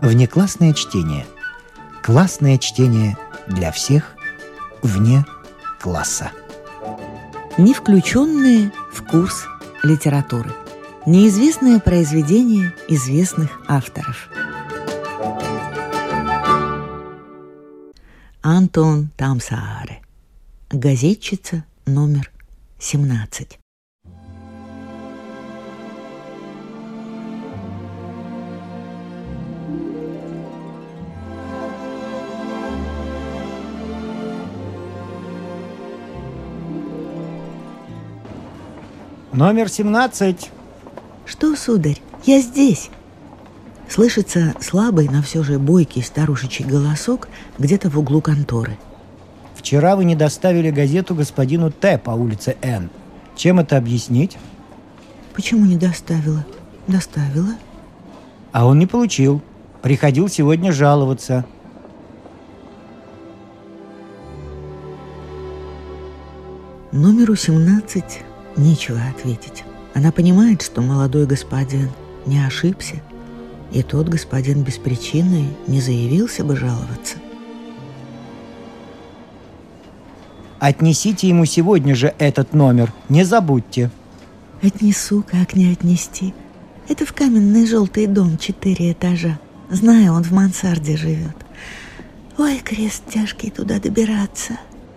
Внеклассное чтение. Классное чтение для всех вне класса. Не включенные в курс литературы. Неизвестное произведение известных авторов. Антон Тамсааре. Газетчица номер 17. Номер 17. Что, сударь, я здесь. Слышится слабый, но все же бойкий старушечий голосок где-то в углу конторы. Вчера вы не доставили газету господину Т. по улице Н. Чем это объяснить? Почему не доставила? Доставила. А он не получил. Приходил сегодня жаловаться. Номеру 17 нечего ответить. Она понимает, что молодой господин не ошибся, и тот господин без причины не заявился бы жаловаться. Отнесите ему сегодня же этот номер, не забудьте. Отнесу, как не отнести. Это в каменный желтый дом, 4 этажа. Знаю, он в мансарде живет. Ой, крест тяжкий туда добираться.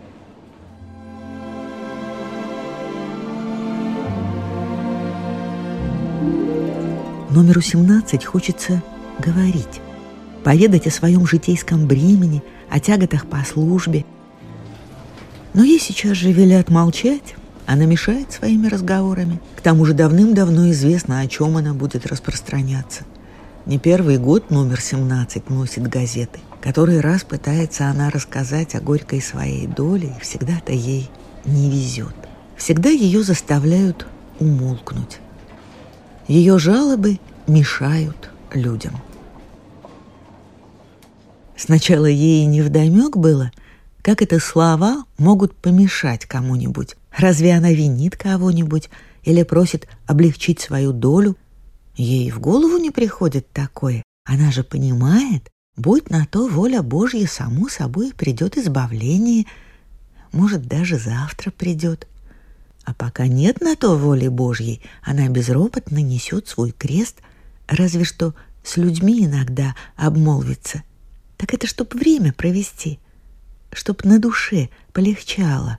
Номеру 17 хочется говорить, поведать о своем житейском бремени, о тяготах по службе. Но ей сейчас же велят молчать, она мешает своими разговорами. К тому же давным-давно известно, о чем она будет распространяться. Не первый год номер 17 носит газеты. Который раз пытается она рассказать о горькой своей доле, и всегда-то ей не везет. Всегда ее заставляют умолкнуть. Ее жалобы мешают людям. Сначала ей невдомек было, как это слова могут помешать кому-нибудь. Разве она винит кого-нибудь или просит облегчить свою долю? Ей в голову не приходит такое. Она же понимает, будь на то воля Божья, само собой придет избавление. Может, даже завтра придет. А пока нет на то воли Божьей, она безропотно несет свой крест, разве что с людьми иногда обмолвится. Так это чтоб время провести, чтоб на душе полегчало.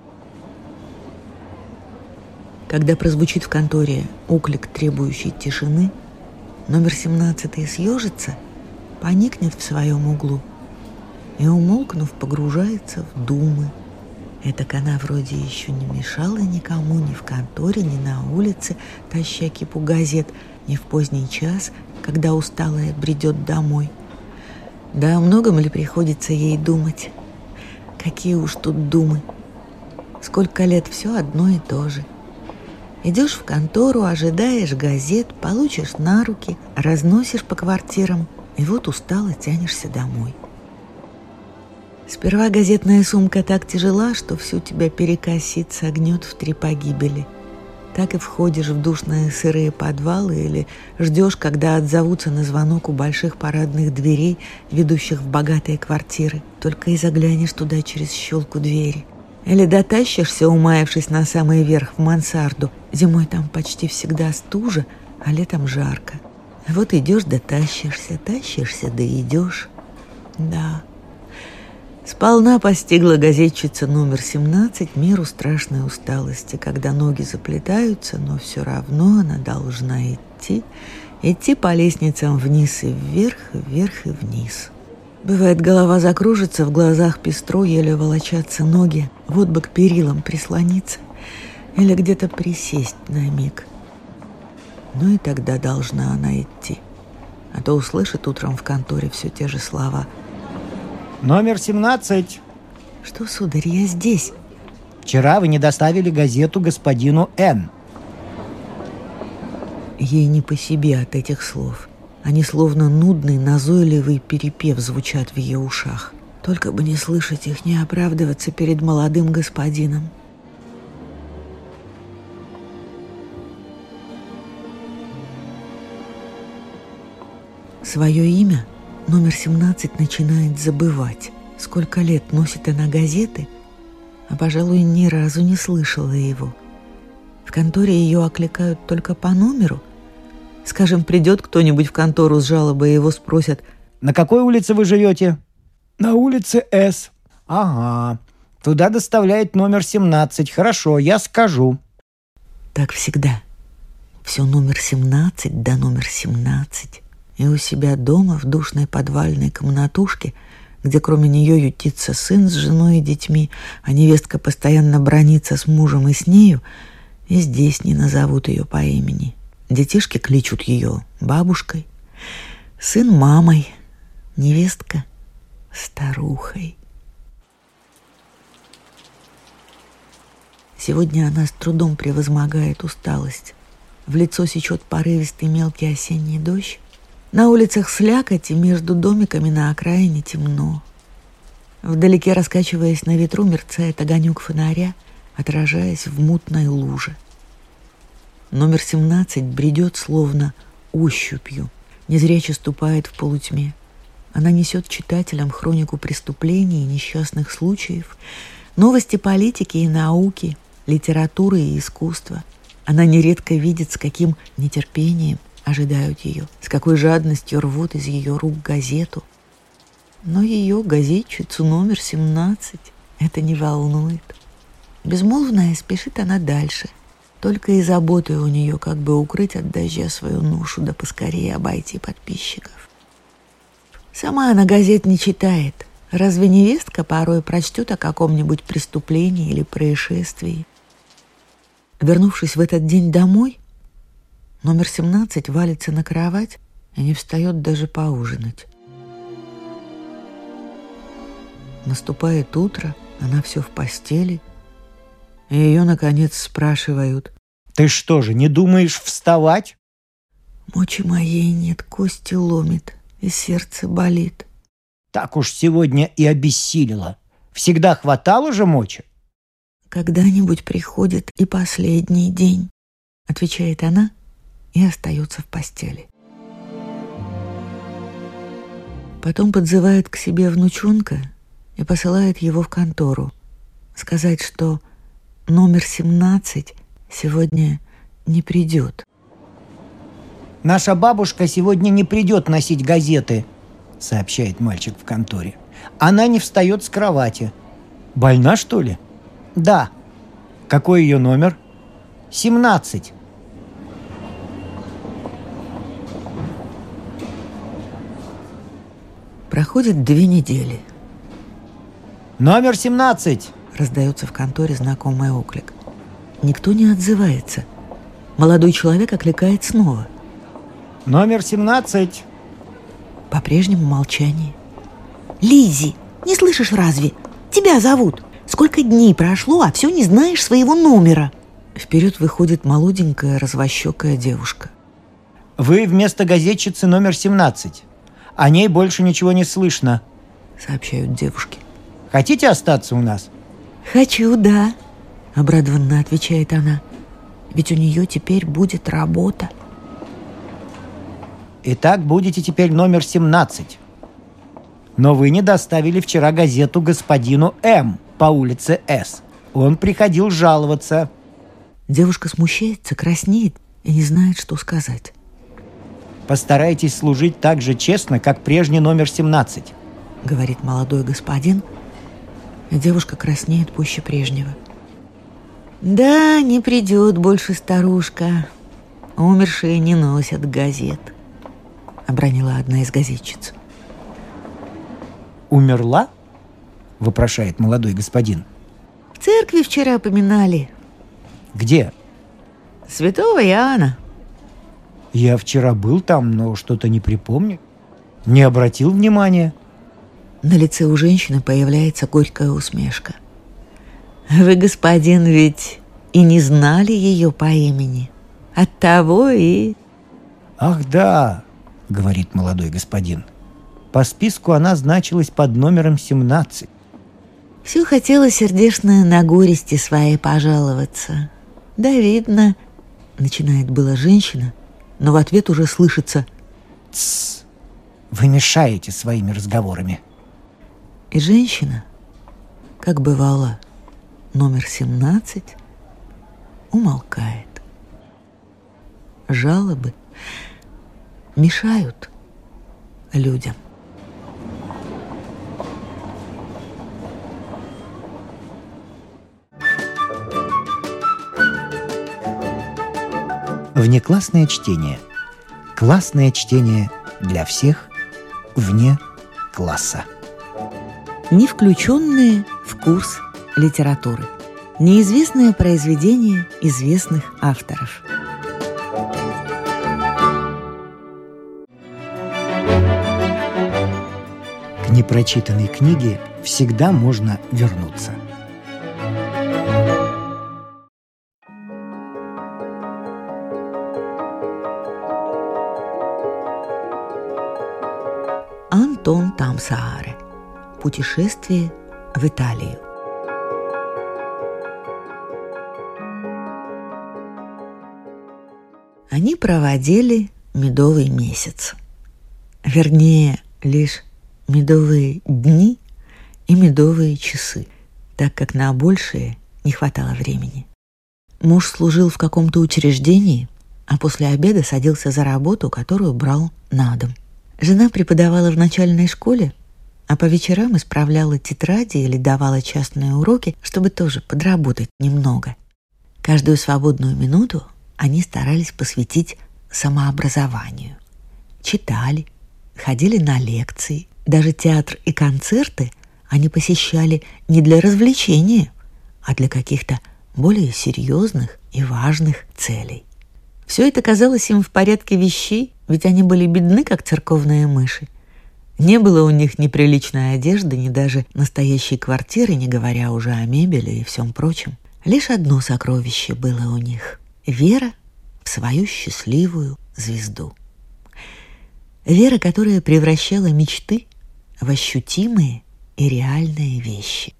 Когда прозвучит в конторе оклик, требующий тишины, номер 17 съежится, поникнет в своем углу и, умолкнув, погружается в думы. Этак она вроде еще не мешала никому ни в конторе, ни на улице, таща кипу газет, ни в поздний час, когда усталая бредет домой. Да о многом ли приходится ей думать? Какие уж тут думы. Сколько лет все одно и то же. Идешь в контору, ожидаешь газет, получишь на руки, разносишь по квартирам, и вот устало тянешься домой. Сперва газетная сумка так тяжела, что всю тебя перекосит, согнет в 3 погибели. Так и входишь в душные сырые подвалы или ждешь, когда отзовутся на звонок у больших парадных дверей, ведущих в богатые квартиры. Только и заглянешь туда через щелку двери. Или дотащишься, умаявшись на самый верх, в мансарду. Зимой там почти всегда стужа, а летом жарко. Вот идешь, дотащишься, тащишься, да идешь. Да. Сполна постигла газетчица номер 17 меру страшной усталости, когда ноги заплетаются, но все равно она должна идти по лестницам вниз и вверх, вверх и вниз. Бывает, голова закружится, в глазах пестро, еле волочатся ноги, вот бы к перилам прислониться или где-то присесть на миг. Ну и тогда должна она идти, а то услышит утром в конторе все те же слова. Номер 17. Что, сударь, я здесь. Вчера вы не доставили газету господину Н. Ей не по себе от этих слов. Они словно нудный, назойливый перепев звучат в ее ушах. Только бы не слышать их, не оправдываться перед молодым господином. Свое имя Номер 17 начинает забывать, сколько лет носит она газеты, а, пожалуй, ни разу не слышала его. В конторе ее окликают только по номеру. Скажем, придет кто-нибудь в контору с жалобой, и его спросят: «На какой улице вы живете?» «На улице С». «Ага, туда доставляет номер 17. Хорошо, я скажу». Так всегда. Все номер 17 да номер 17. И у себя дома, в душной подвальной комнатушке, где кроме нее ютится сын с женой и детьми, а невестка постоянно бранится с мужем и с нею, и здесь не назовут ее по имени. Детишки кличут ее бабушкой, сын мамой, невестка старухой. Сегодня она с трудом превозмогает усталость. В лицо сечет порывистый мелкий осенний дождь. На улицах слякоть, и между домиками на окраине темно. Вдалеке, раскачиваясь на ветру, мерцает огонек фонаря, отражаясь в мутной луже. Номер 17 бредет словно ощупью, незряче ступает в полутьме. Она несет читателям хронику преступлений и несчастных случаев, новости политики и науки, литературы и искусства. Она нередко видит, с каким нетерпением ожидают ее, с какой жадностью рвут из ее рук газету. Но ее, газетчицу номер 17, это не волнует. Безмолвная, спешит она дальше. Только и заботой у нее, как бы укрыть от дождя свою ношу, да поскорее обойти подписчиков. Сама она газет не читает. Разве невестка порой прочтет о каком-нибудь преступлении или происшествии? Вернувшись в этот день домой, номер 17 валится на кровать и не встает даже поужинать. Наступает утро, она все в постели, и ее, наконец, спрашивают: «Ты что же, не думаешь вставать?» «Мочи моей нет, кости ломит, и сердце болит». «Так уж сегодня и обессилила. Всегда хватало же мочи?» «Когда-нибудь приходит и последний день», — отвечает она и остается в постели. Потом подзывает к себе внучонка и посылает его в контору сказать, что номер 17 сегодня не придет. «Наша бабушка сегодня не придет носить газеты», — сообщает мальчик в конторе. «Она не встает с кровати». «Больна, что ли?» «Да». «Какой ее номер?» 17. Проходит 2 недели. «Номер 17!» — раздается в конторе знакомый оклик. Никто не отзывается. Молодой человек окликает снова. «Номер 17!» По-прежнему молчание. «Лиззи, не слышишь разве? Тебя зовут. Сколько дней прошло, а все не знаешь своего номера». Вперед выходит молоденькая развощекая девушка. «Вы вместо газетчицы номер 17. О ней больше ничего не слышно», — сообщают девушки. «Хотите остаться у нас?» «Хочу, да», — обрадованно отвечает она. «Ведь у нее теперь будет работа». «Итак, будете теперь номер 17. Но вы не доставили вчера газету господину М. по улице С. Он приходил жаловаться». Девушка смущается, краснеет и не знает, что сказать. «Постарайтесь служить так же честно, как прежний номер 17», — говорит молодой господин, и девушка краснеет пуще прежнего. «Да, не придет больше старушка. Умершие не носят газет», — обронила одна из газетчиц. «Умерла?» — вопрошает молодой господин. «В церкви вчера поминали». «Где?» «Святого Иоанна». «Я вчера был там, но что-то не припомню. Не обратил внимания». На лице у женщины появляется горькая усмешка. «Вы, господин, ведь и не знали ее по имени. Оттого и...» «Ах да», — говорит молодой господин. «По списку она значилась под номером 17». Все хотела сердечно на горести своей пожаловаться. «Да, видно», — начинает была женщина, но в ответ уже слышится: «Тссс! Вы мешаете своими разговорами. И женщина, как бывало, номер 17, умолкает. Жалобы мешают людям. Внеклассное чтение. Классное чтение для всех вне класса. Не включенные в курс литературы. Неизвестное произведение известных авторов. К непрочитанной книге всегда можно вернуться. Антон Тамсааре. Путешествие в Италию. Они проводили медовый месяц. Вернее, лишь медовые дни и медовые часы, так как на большее не хватало времени. Муж служил в каком-то учреждении, а после обеда садился за работу, которую брал на дом. Жена преподавала в начальной школе, а по вечерам исправляла тетради или давала частные уроки, чтобы тоже подработать немного. Каждую свободную минуту они старались посвятить самообразованию. Читали, ходили на лекции, даже театр и концерты они посещали не для развлечения, а для каких-то более серьезных и важных целей. Все это казалось им в порядке вещей, ведь они были бедны, как церковные мыши. Не было у них ни приличной одежды, ни даже настоящей квартиры, не говоря уже о мебели и всем прочем. Лишь одно сокровище было у них — вера в свою счастливую звезду. Вера, которая превращала мечты в ощутимые и реальные вещи.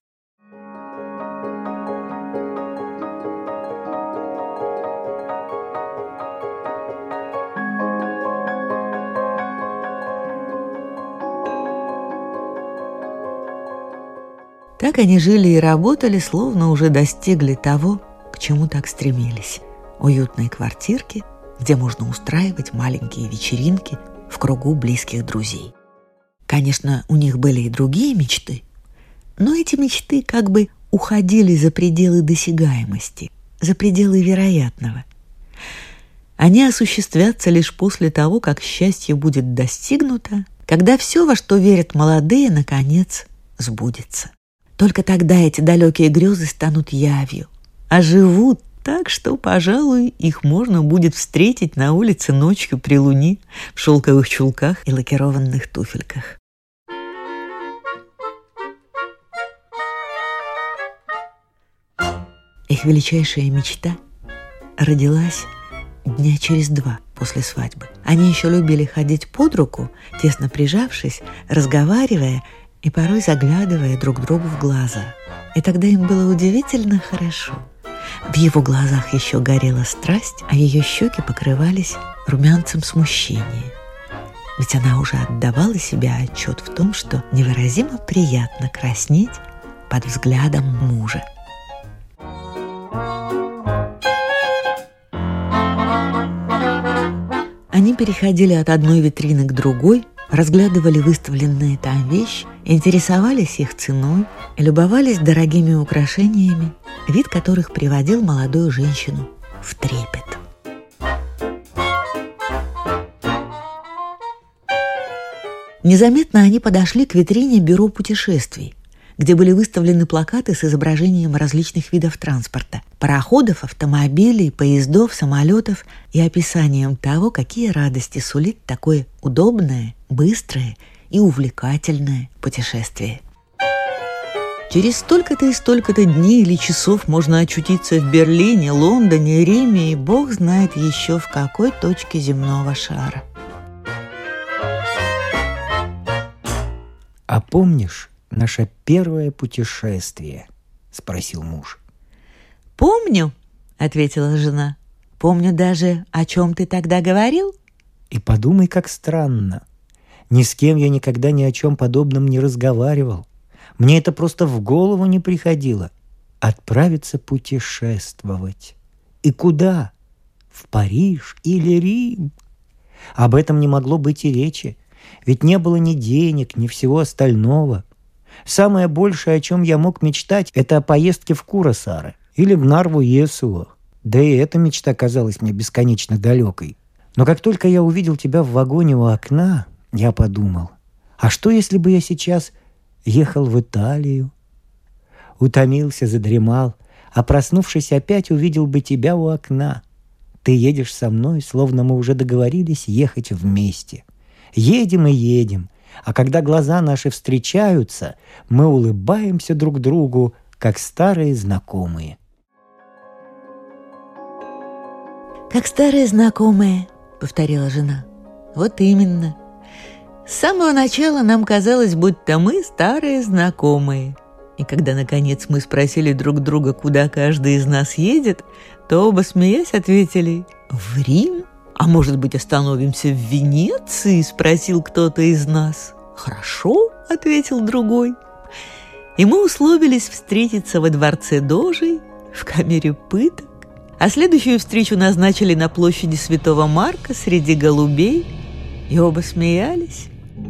Так они жили и работали, словно уже достигли того, к чему так стремились. Уютной квартирки, где можно устраивать маленькие вечеринки в кругу близких друзей. Конечно, у них были и другие мечты, но эти мечты как бы уходили за пределы досягаемости, за пределы вероятного. Они осуществятся лишь после того, как счастье будет достигнуто, когда все, во что верят молодые, наконец сбудется. Только тогда эти далекие грезы станут явью, оживут так, что, пожалуй, их можно будет встретить на улице ночью при луне в шелковых чулках и лакированных туфельках. Их величайшая мечта родилась дня через 2 после свадьбы. Они еще любили ходить под руку, тесно прижавшись, разговаривая и порой заглядывая друг другу в глаза. И тогда им было удивительно хорошо. В его глазах еще горела страсть, а ее щеки покрывались румянцем смущения. Ведь она уже отдавала себе отчет в том, что невыразимо приятно краснеть под взглядом мужа. Они переходили от одной витрины к другой, разглядывали выставленные там вещи, интересовались их ценой, любовались дорогими украшениями, вид которых приводил молодую женщину в трепет. Незаметно они подошли к витрине бюро путешествий, где были выставлены плакаты с изображением различных видов транспорта – пароходов, автомобилей, поездов, самолетов и описанием того, какие радости сулит такое удобное, быстрое и увлекательное путешествие. Через столько-то и столько-то дней или часов можно очутиться в Берлине, Лондоне, Риме и бог знает еще в какой точке земного шара. «А помнишь наше первое путешествие?» — спросил муж. «Помню», — ответила жена. «Помню даже, о чем ты тогда говорил». И подумай, как странно. Ни с кем я никогда ни о чем подобном не разговаривал. Мне это просто в голову не приходило. Отправиться путешествовать. И куда? В Париж или Рим? Об этом не могло быть и речи. Ведь не было ни денег, ни всего остального. Самое большее, о чем я мог мечтать, это о поездке в Курасаре или в Нарву-Есуо. Да и эта мечта казалась мне бесконечно далекой. Но как только я увидел тебя в вагоне у окна, я подумал, а что, если бы я сейчас ехал в Италию? Утомился, задремал, а проснувшись опять увидел бы тебя у окна. Ты едешь со мной, словно мы уже договорились ехать вместе. Едем и едем, а когда глаза наши встречаются, мы улыбаемся друг другу, как старые знакомые. «Как старые знакомые», — повторила жена. «Вот именно. С самого начала нам казалось, будто мы старые знакомые. И когда, наконец, мы спросили друг друга, куда каждый из нас едет, то оба, смеясь, ответили: «В Рим? А может быть, остановимся в Венеции?» — спросил кто-то из нас. «Хорошо», — ответил другой. И мы условились встретиться во дворце Дожей, в камере пыток, а следующую встречу назначили на площади Святого Марка среди голубей, и оба смеялись.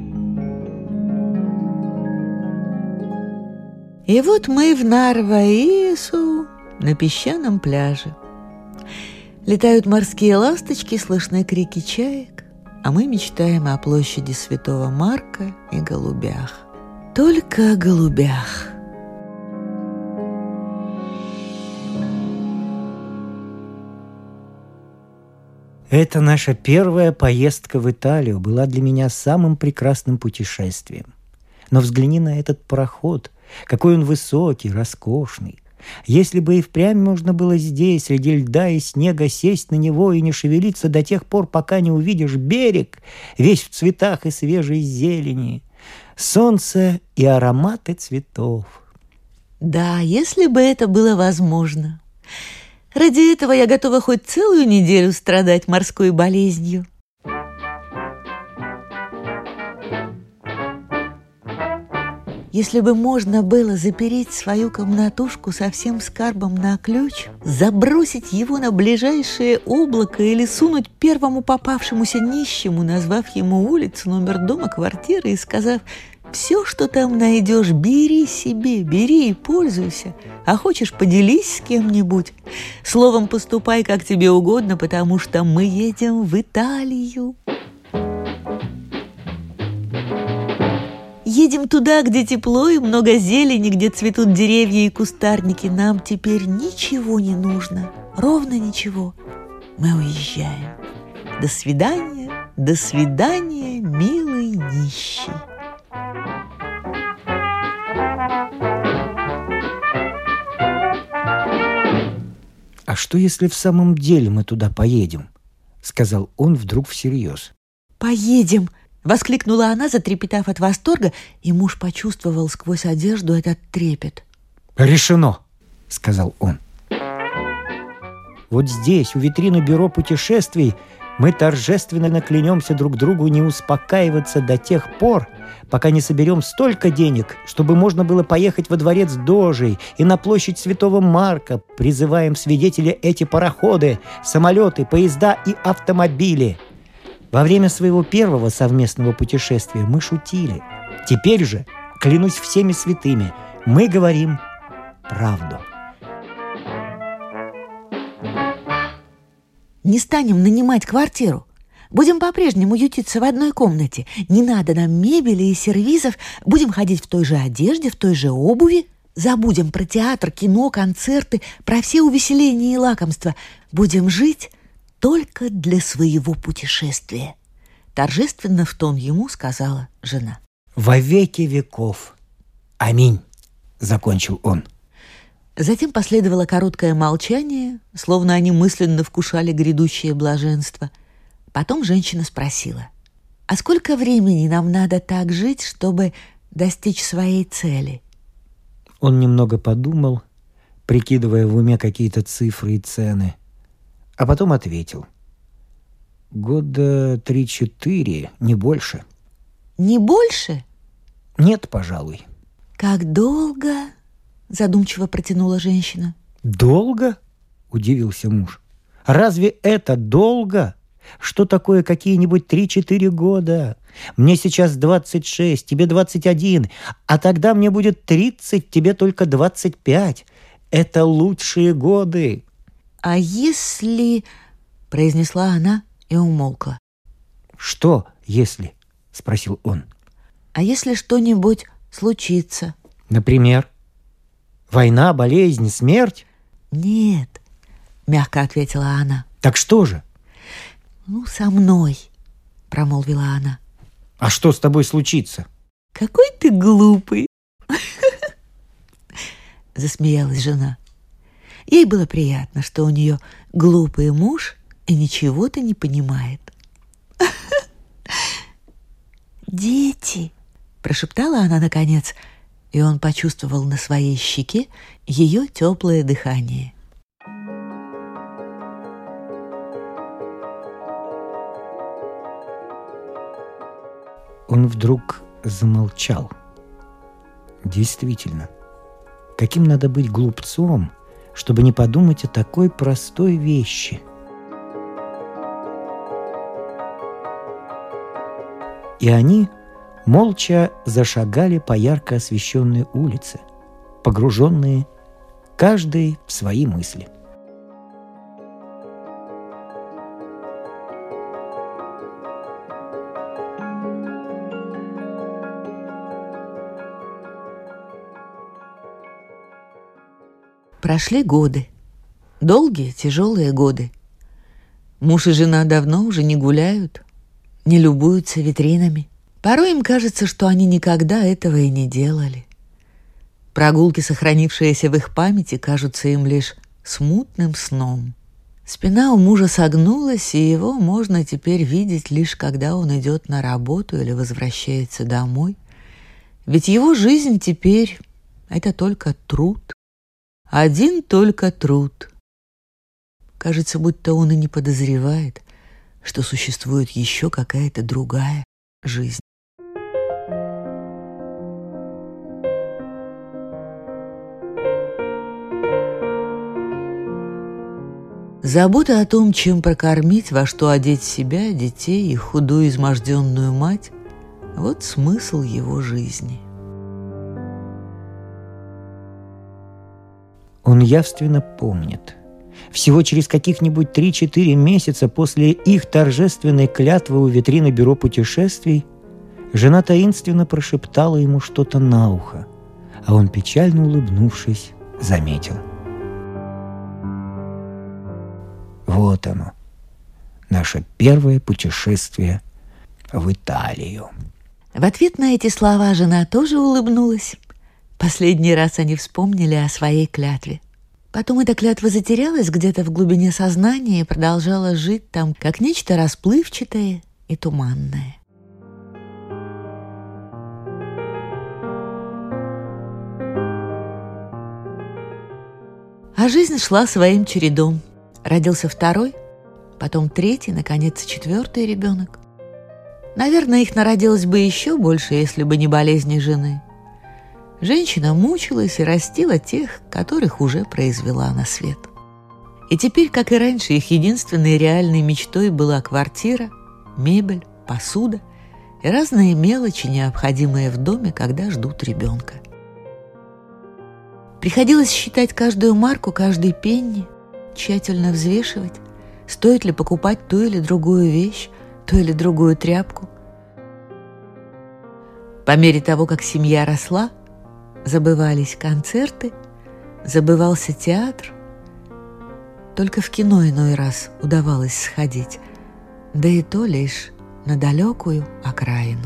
И вот мы в Нарва-Есуо на песчаном пляже. Летают морские ласточки, слышны крики чаек, а мы мечтаем о площади Святого Марка и голубях. Только о голубях. Эта наша первая поездка в Италию была для меня самым прекрасным путешествием. Но взгляни на этот пароход, какой он высокий, роскошный. Если бы и впрямь можно было здесь, среди льда и снега, сесть на него и не шевелиться до тех пор, пока не увидишь берег, весь в цветах и свежей зелени, солнце и ароматы цветов. Да, если бы это было возможно. Ради этого я готова хоть целую неделю страдать морской болезнью. Если бы можно было запереть свою комнатушку со всем скарбом на ключ, забросить его на ближайшее облако или сунуть первому попавшемуся нищему, назвав ему улицу, номер дома, квартиры и сказав: «Все, что там найдешь, бери себе, бери и пользуйся, а хочешь, поделись с кем-нибудь. Словом, поступай как тебе угодно, потому что мы едем в Италию». Едем туда, где тепло и много зелени, где цветут деревья и кустарники. Нам теперь ничего не нужно, ровно ничего. Мы уезжаем. До свидания, милый нищий. «А что, если в самом деле мы туда поедем?» — сказал он вдруг всерьез. «Поедем!» — воскликнула она, затрепетав от восторга, и муж почувствовал сквозь одежду этот трепет. «Решено!» — сказал он. «Вот здесь, у витрины бюро путешествий, мы торжественно наклянемся друг другу не успокаиваться до тех пор, пока не соберем столько денег, чтобы можно было поехать во дворец Дожей и на площадь Святого Марка. Призываем в свидетели эти пароходы, самолеты, поезда и автомобили. Во время своего первого совместного путешествия мы шутили. Теперь же, клянусь всеми святыми, мы говорим правду». «Не станем нанимать квартиру. Будем по-прежнему ютиться в одной комнате. Не надо нам мебели и сервизов. Будем ходить в той же одежде, в той же обуви. Забудем про театр, кино, концерты, про все увеселения и лакомства. Будем жить только для своего путешествия», — торжественно в тон ему сказала жена. «Во веки веков. Аминь», — закончил он. Затем последовало короткое молчание, словно они мысленно вкушали грядущее блаженство. Потом женщина спросила: «А сколько времени нам надо так жить, чтобы достичь своей цели?» Он немного подумал, прикидывая в уме какие-то цифры и цены, а потом ответил: 3-4 года, не больше. Не больше? Нет, пожалуй. Как долго? Задумчиво протянула женщина. Долго? Удивился муж. Разве это долго? Что такое какие-нибудь 3-4 года? Мне сейчас 26, тебе 21, а тогда мне будет 30, тебе только 25. Это лучшие годы. А если... произнесла она и умолкла. Что если? Спросил он. А если что-нибудь случится? Например? Война, болезнь, смерть? Нет, мягко ответила она. Так что же? Со мной, промолвила она. А что с тобой случится? Какой ты глупый, засмеялась жена. Ей было приятно, что у нее глупый муж и ничего-то не понимает. «Дети!» – прошептала она наконец, и он почувствовал на своей щеке ее теплое дыхание. Он вдруг замолчал. Действительно, каким надо быть глупцом, чтобы не подумать о такой простой вещи. И они молча зашагали по ярко освещенной улице, погруженные каждый в свои мысли. Прошли годы, долгие, тяжелые годы. Муж и жена давно уже не гуляют, не любуются витринами. Порой им кажется, что они никогда этого и не делали. Прогулки, сохранившиеся в их памяти, кажутся им лишь смутным сном. Спина у мужа согнулась, и его можно теперь видеть лишь когда он идет на работу или возвращается домой. Ведь его жизнь теперь — это только труд. Один только труд. Кажется, будто он и не подозревает, что существует еще какая-то другая жизнь. Забота о том, чем прокормить, во что одеть себя, детей и худую изможденную мать – вот смысл его жизни. Он явственно помнит. Всего через каких-нибудь 3-4 месяца после их торжественной клятвы у витрины бюро путешествий жена таинственно прошептала ему что-то на ухо, а он, печально улыбнувшись, заметил. Вот оно, наше первое путешествие в Италию. В ответ на эти слова жена тоже улыбнулась. Последний раз они вспомнили о своей клятве. Потом эта клятва затерялась где-то в глубине сознания и продолжала жить там, как нечто расплывчатое и туманное. А жизнь шла своим чередом. Родился второй, потом третий, наконец, четвертый ребенок. Наверное, их народилось бы еще больше, если бы не болезни жены. Женщина мучилась и растила тех, которых уже произвела на свет. И теперь, как и раньше, их единственной реальной мечтой была квартира, мебель, посуда и разные мелочи, необходимые в доме, когда ждут ребенка. Приходилось считать каждую марку, каждый пенни, тщательно взвешивать, стоит ли покупать ту или другую вещь, ту или другую тряпку. По мере того, как семья росла, забывались концерты, забывался театр. Только в кино иной раз удавалось сходить, да и то лишь на далекую окраину.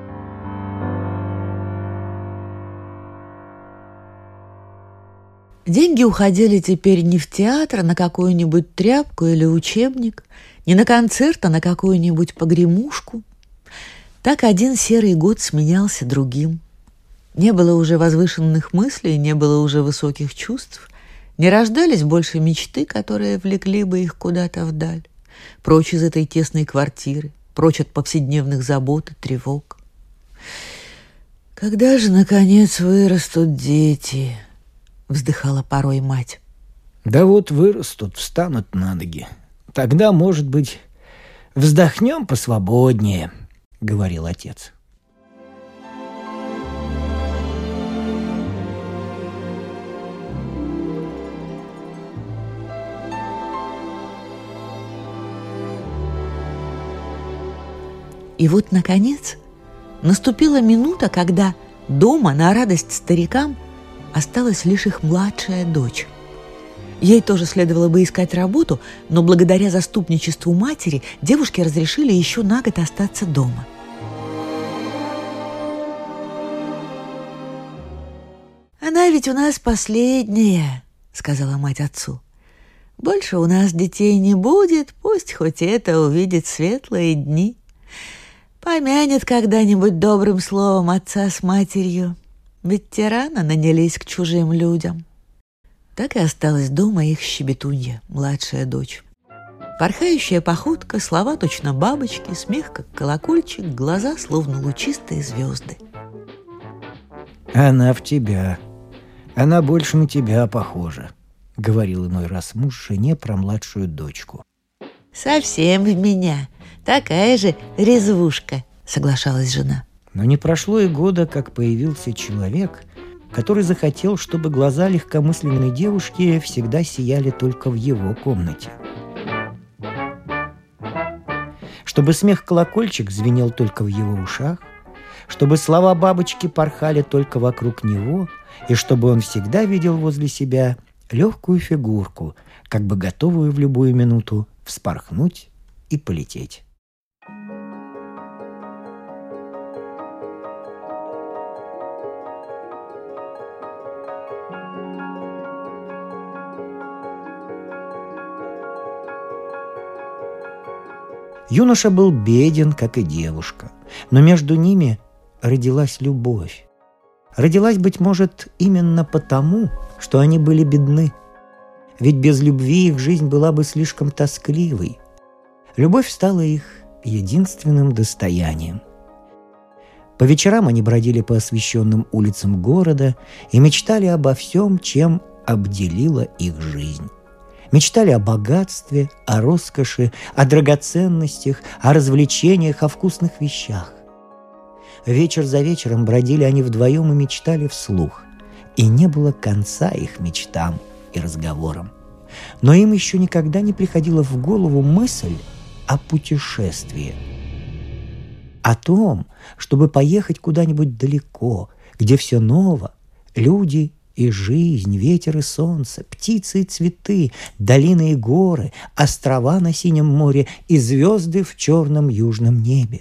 Деньги уходили теперь не в театр, а на какую-нибудь тряпку или учебник, не на концерт, а на какую-нибудь погремушку. Так один серый год сменялся другим. Не было уже возвышенных мыслей, не было уже высоких чувств, не рождались больше мечты, которые влекли бы их куда-то вдаль, прочь из этой тесной квартиры, прочь от повседневных забот и тревог. «Когда же, наконец, вырастут дети?» — вздыхала порой мать. Да вот вырастут, встанут на ноги. Тогда, может быть, вздохнем посвободнее, — говорил отец. И вот, наконец, наступила минута, когда дома, на радость старикам, осталась лишь их младшая дочь. Ей тоже следовало бы искать работу, но благодаря заступничеству матери девушке разрешили еще на год остаться дома. «Она ведь у нас последняя», — сказала мать отцу. «Больше у нас детей не будет, пусть хоть это увидит светлые дни. Помянет когда-нибудь добрым словом отца с матерью, ведь те рано нанялись к чужим людям». Так и осталась дома их щебетунья, младшая дочь. Порхающая походка, слова точно бабочки, смех как колокольчик, глаза словно лучистые звезды. «Она в тебя. Она больше на тебя похожа», — говорил иной раз муж жене про младшую дочку. «Совсем в меня. Такая же резвушка», — соглашалась жена. Но не прошло и года, как появился человек, который захотел, чтобы глаза легкомысленной девушки всегда сияли только в его комнате. Чтобы смех-колокольчик звенел только в его ушах, чтобы слова бабочки порхали только вокруг него, и чтобы он всегда видел возле себя легкую фигурку, как бы готовую в любую минуту вспорхнуть и полететь. Юноша был беден, как и девушка, но между ними родилась любовь. Родилась, быть может, именно потому, что они были бедны. Ведь без любви их жизнь была бы слишком тоскливой. Любовь стала их единственным достоянием. По вечерам они бродили по освещенным улицам города и мечтали обо всем, чем обделила их жизнь. Мечтали о богатстве, о роскоши, о драгоценностях, о развлечениях, о вкусных вещах. Вечер за вечером бродили они вдвоем и мечтали вслух. И не было конца их мечтам и разговорам. Но им еще никогда не приходила в голову мысль о путешествии. О том, чтобы поехать куда-нибудь далеко, где все ново, люди и жизнь, ветер и солнце, птицы и цветы, долины и горы, острова на синем море и звезды в черном южном небе.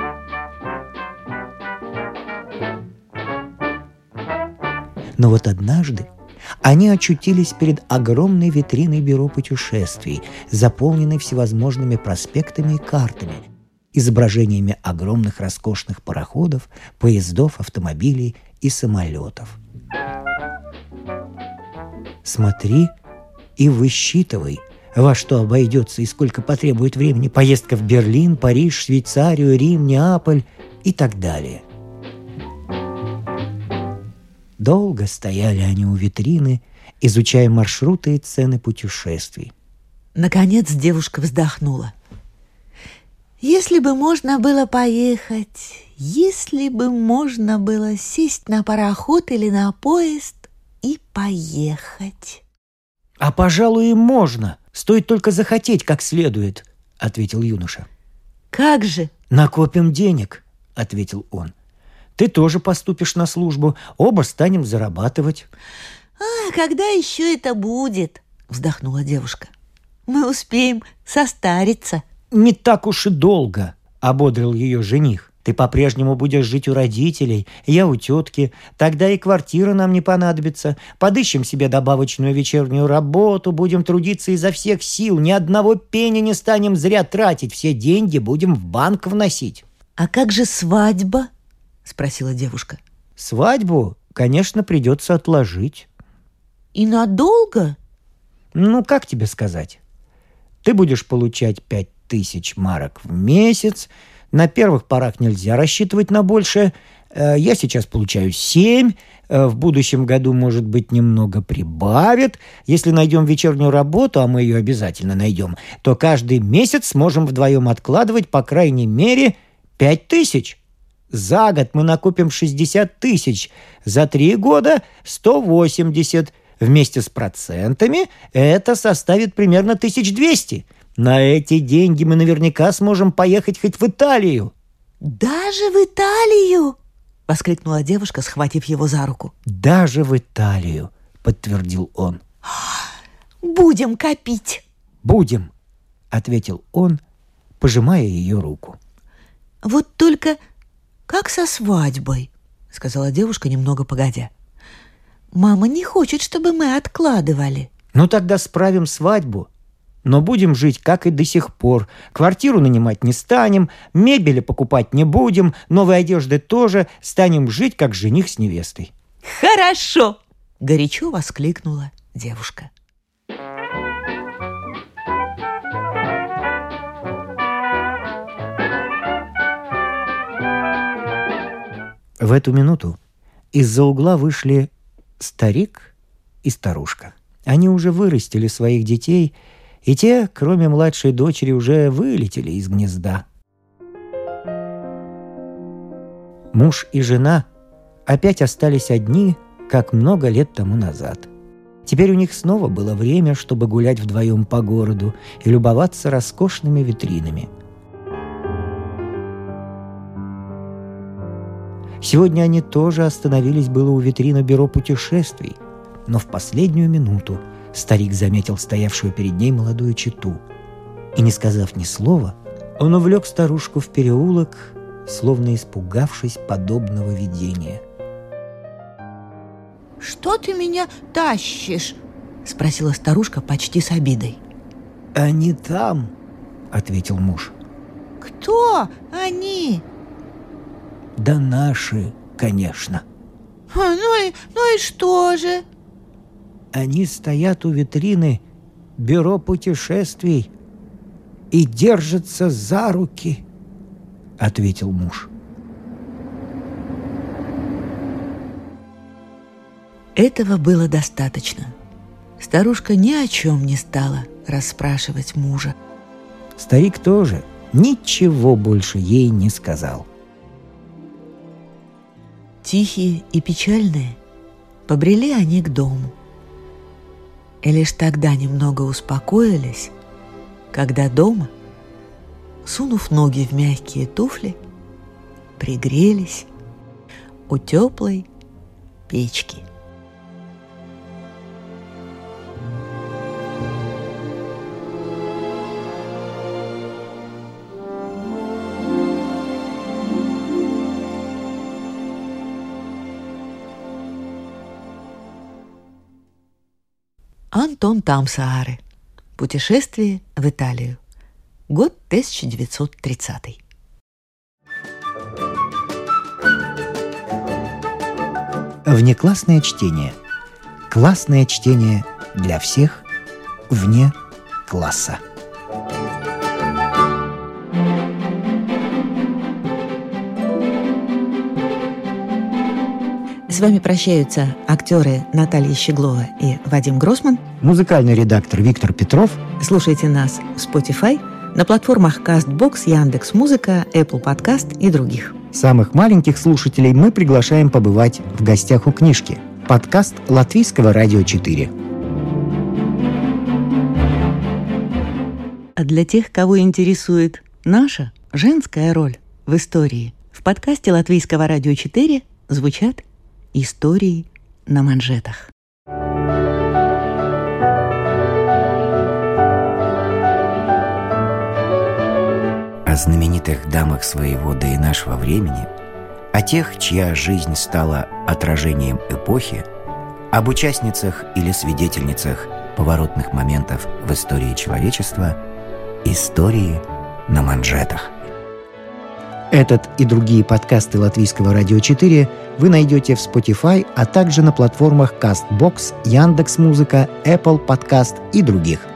Но вот однажды они очутились перед огромной витриной бюро путешествий, заполненной всевозможными проспектами и картами, изображениями огромных роскошных пароходов, поездов, автомобилей и самолетов. «Смотри и высчитывай, во что обойдется и сколько потребует времени поездка в Берлин, Париж, Швейцарию, Рим, Неаполь и так далее». Долго стояли они у витрины, изучая маршруты и цены путешествий. Наконец девушка вздохнула. «Если бы можно было поехать, если бы можно было сесть на пароход или на поезд и поехать». «А, пожалуй, и можно. Стоит только захотеть как следует», — ответил юноша. «Как же?» «Накопим денег», — ответил он. «Ты тоже поступишь на службу, оба станем зарабатывать». «Когда еще это будет?» — вздохнула девушка. «Мы успеем состариться». «Не так уж и долго», — ободрил ее жених. «Ты по-прежнему будешь жить у родителей, я у тетки. Тогда и квартира нам не понадобится. Подыщем себе добавочную вечернюю работу, будем трудиться изо всех сил. Ни одного пенни не станем зря тратить. Все деньги будем в банк вносить». «А как же свадьба?» — спросила девушка. «Свадьбу, конечно, придется отложить». «И надолго?» «Ну, как тебе сказать? Ты будешь получать 5000 марок в месяц, На первых порах нельзя рассчитывать на большее. Я сейчас получаю 7. В будущем году, может быть, немного прибавит. Если найдем вечернюю работу, а мы ее обязательно найдем, то каждый месяц сможем вдвоем откладывать по крайней мере 5000. За год мы накопим 60 тысяч. За 3 года 180. Вместе с процентами это составит примерно 1200. На эти деньги мы наверняка сможем поехать хоть в Италию. «Даже в Италию?» — воскликнула девушка, схватив его за руку. «Даже в Италию», — подтвердил он. «Будем копить». «Будем», — ответил он, пожимая ее руку. «Вот только как со свадьбой?» — сказала девушка немного погодя. «Мама не хочет, чтобы мы откладывали». «Ну тогда справим свадьбу. Но будем жить, как и до сих пор. Квартиру нанимать не станем, мебели покупать не будем, новой одежды тоже. Станем жить, как жених с невестой». «Хорошо!» — горячо воскликнула девушка. В эту минуту из-за угла вышли старик и старушка. Они уже вырастили своих детей, и те, кроме младшей дочери, уже вылетели из гнезда. Муж и жена опять остались одни, как много лет тому назад. Теперь у них снова было время, чтобы гулять вдвоем по городу и любоваться роскошными витринами. Сегодня они тоже остановились было у витрины бюро путешествий, но в последнюю минуту старик заметил стоявшую перед ней молодую чету. И, не сказав ни слова, он увлек старушку в переулок, словно испугавшись подобного видения. «Что ты меня тащишь?» — спросила старушка почти с обидой. «Они там», — ответил муж. «Кто они?» «Да наши, конечно». Ну и что же?» «Они стоят у витрины бюро путешествий и держатся за руки», — ответил муж. Этого было достаточно. Старушка ни о чем не стала расспрашивать мужа. Старик тоже ничего больше ей не сказал. Тихие и печальные побрели они к дому. И лишь тогда немного успокоились, когда дома, сунув ноги в мягкие туфли, пригрелись у теплой печки. Антон Тамсааре. Путешествие в Италию. Год 1930. Внеклассное чтение. Классное чтение для всех вне класса. С вами прощаются актеры Наталья Щеглова и Вадим Гроссман. Музыкальный редактор Виктор Петров. Слушайте нас в Spotify, на платформах CastBox, Яндекс.Музыка, Apple Podcast и других. Самых маленьких слушателей мы приглашаем побывать в гостях у книжки. Подкаст Латвийского радио 4. А для тех, кого интересует наша женская роль в истории, в подкасте Латвийского радио 4 звучат истории на манжетах. О знаменитых дамах своего да и нашего времени, о тех, чья жизнь стала отражением эпохи, об участницах или свидетельницах поворотных моментов в истории человечества, истории на манжетах. Этот и другие подкасты Латвийского радио 4 вы найдете в Spotify, а также на платформах CastBox, Яндекс.Музыка, Apple Podcast и других.